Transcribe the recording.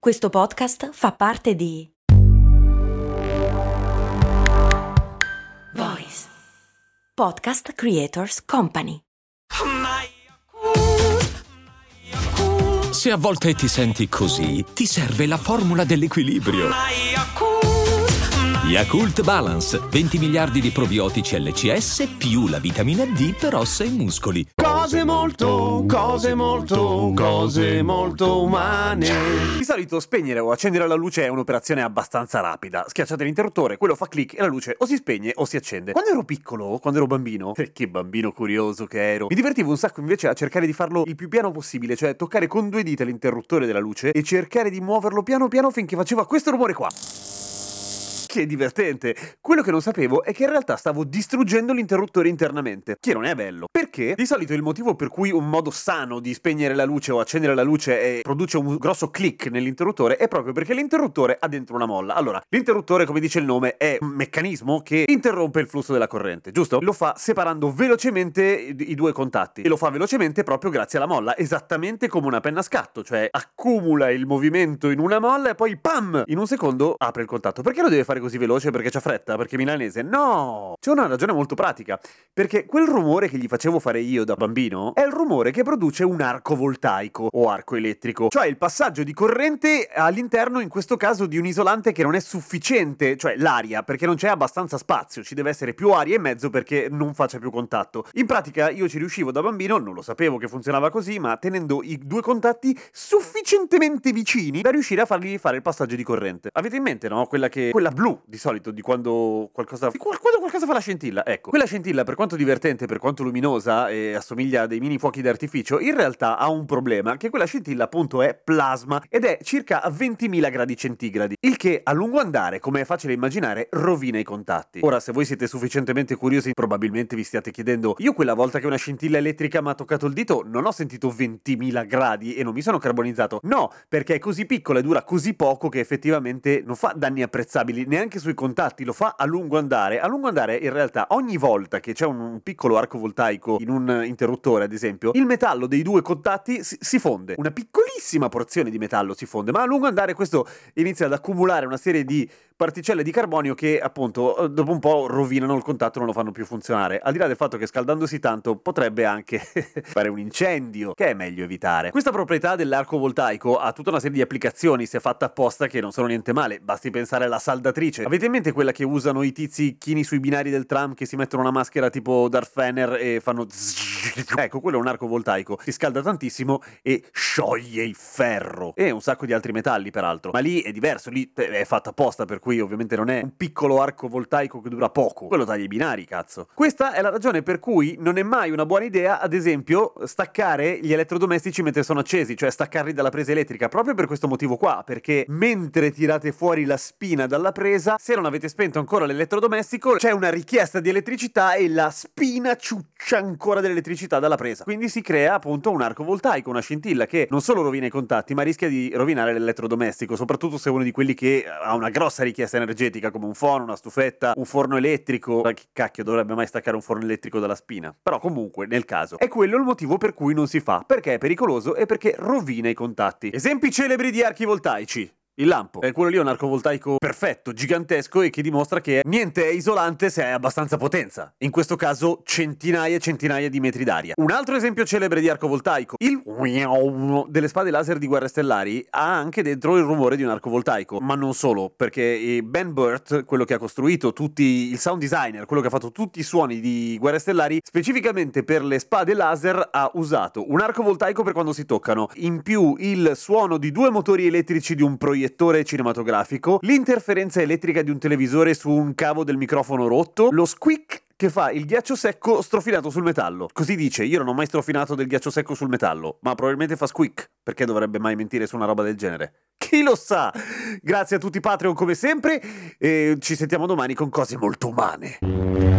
Questo podcast fa parte di Voice Podcast Creators Company. Se a volte ti senti così, ti serve la formula dell'equilibrio. Yakult Balance, 20 miliardi di probiotici LCS più la vitamina D per ossa e muscoli. Cose molto umane. Di solito spegnere o accendere la luce è un'operazione abbastanza rapida. Schiacciate l'interruttore, quello fa click e la luce o si spegne o si accende. Quando ero piccolo, quando ero bambino, che bambino curioso che ero, mi divertivo un sacco invece a cercare di farlo il più piano possibile, cioè toccare con due dita l'interruttore della luce e cercare di muoverlo piano piano finché faceva questo rumore qua. Che divertente! Quello che non sapevo è che in realtà stavo distruggendo l'interruttore internamente, che non è bello. Perché? Di solito il motivo per cui un modo sano di spegnere la luce o accendere la luce e produce un grosso click nell'interruttore è proprio perché l'interruttore ha dentro una molla. Allora, l'interruttore, come dice il nome, è un meccanismo che interrompe il flusso della corrente, giusto? Lo fa separando velocemente i due contatti e lo fa velocemente proprio grazie alla molla, esattamente come una penna a scatto, cioè accumula il movimento in una molla e poi PAM! In un secondo apre il contatto. Perché lo deve fare così veloce? Perché c'ha fretta? Perché milanese? No! C'è una ragione molto pratica. Perché quel rumore che gli facevo fare io da bambino è il rumore che produce un arco voltaico o arco elettrico, cioè il passaggio di corrente all'interno, in questo caso, di un isolante che non è sufficiente, cioè l'aria, perché non c'è abbastanza spazio, ci deve essere più aria in mezzo perché non faccia più contatto. In pratica io ci riuscivo da bambino, non lo sapevo che funzionava così, ma tenendo i due contatti sufficientemente vicini da riuscire a fargli fare il passaggio di corrente. Avete in mente, no? Quella blu di solito, di quando qualcosa fa la scintilla. Ecco, quella scintilla, per quanto divertente, per quanto luminosa e assomiglia a dei mini fuochi d'artificio, in realtà ha un problema, che quella scintilla appunto è plasma ed è circa a 20.000 gradi centigradi, il che a lungo andare, come è facile immaginare, rovina i contatti. Ora, se voi siete sufficientemente curiosi, probabilmente vi stiate chiedendo: io quella volta che una scintilla elettrica mi ha toccato il dito non ho sentito 20.000 gradi e non mi sono carbonizzato. No, perché è così piccola e dura così poco che effettivamente non fa danni apprezzabili neanche sui contatti, lo fa a lungo andare. A lungo andare, in realtà, ogni volta che c'è un piccolo arco voltaico in un interruttore, ad esempio, il metallo dei due contatti si fonde. Una piccolissima porzione di metallo si fonde, ma a lungo andare questo inizia ad accumulare una serie di particelle di carbonio che, appunto, dopo un po' rovinano il contatto, non lo fanno più funzionare. Al di là del fatto che scaldandosi tanto potrebbe anche fare un incendio, che è meglio evitare. Questa proprietà dell'arco voltaico ha tutta una serie di applicazioni, se fatta apposta, che non sono niente male. Basti pensare alla saldatrice. Avete in mente quella che usano i tizi chini sui binari del tram, che si mettono una maschera tipo Darth Vader e fanno ecco, quello è un arco voltaico. Si scalda tantissimo e scioglie il ferro e un sacco di altri metalli, peraltro. Ma lì è diverso, lì è fatta apposta, per cui ovviamente non è un piccolo arco voltaico che dura poco. Quello taglia i binari, cazzo. Questa è la ragione per cui non è mai una buona idea, ad esempio, staccare gli elettrodomestici mentre sono accesi, cioè staccarli dalla presa elettrica, proprio per questo motivo qua, perché mentre tirate fuori la spina dalla presa, se non avete spento ancora l'elettrodomestico, c'è una richiesta di elettricità e la spina ciuccia ancora dell'elettricità dalla presa. Quindi si crea appunto un arco voltaico, una scintilla che non solo rovina i contatti, ma rischia di rovinare l'elettrodomestico, soprattutto se è uno di quelli che ha una grossa richiesta energetica, come un fono, una stufetta, un forno elettrico. Ma che cacchio dovrebbe mai staccare un forno elettrico dalla spina? Però comunque, nel caso, è quello il motivo per cui non si fa, perché è pericoloso e perché rovina i contatti. Esempi celebri di archi voltaici: il lampo. Quello lì è un arco voltaico perfetto, gigantesco e che dimostra che niente è isolante se hai abbastanza potenza. In questo caso centinaia e centinaia di metri d'aria. Un altro esempio celebre di arco voltaico: il delle spade laser di Guerre Stellari ha anche dentro il rumore di un arco voltaico. Ma non solo, perché Ben Burtt, quello che ha costruito il sound designer, quello che ha fatto tutti i suoni di Guerre Stellari, specificamente per le spade laser ha usato un arco voltaico per quando si toccano, in più il suono di due motori elettrici di un proiettore cinematografico, l'interferenza elettrica di un televisore su un cavo del microfono rotto, lo squeak che fa il ghiaccio secco strofinato sul metallo. Così dice: io non ho mai strofinato del ghiaccio secco sul metallo, ma probabilmente fa squeak. Perché dovrebbe mai mentire su una roba del genere? Chi lo sa? Grazie a tutti Patreon come sempre e ci sentiamo domani con cose molto umane.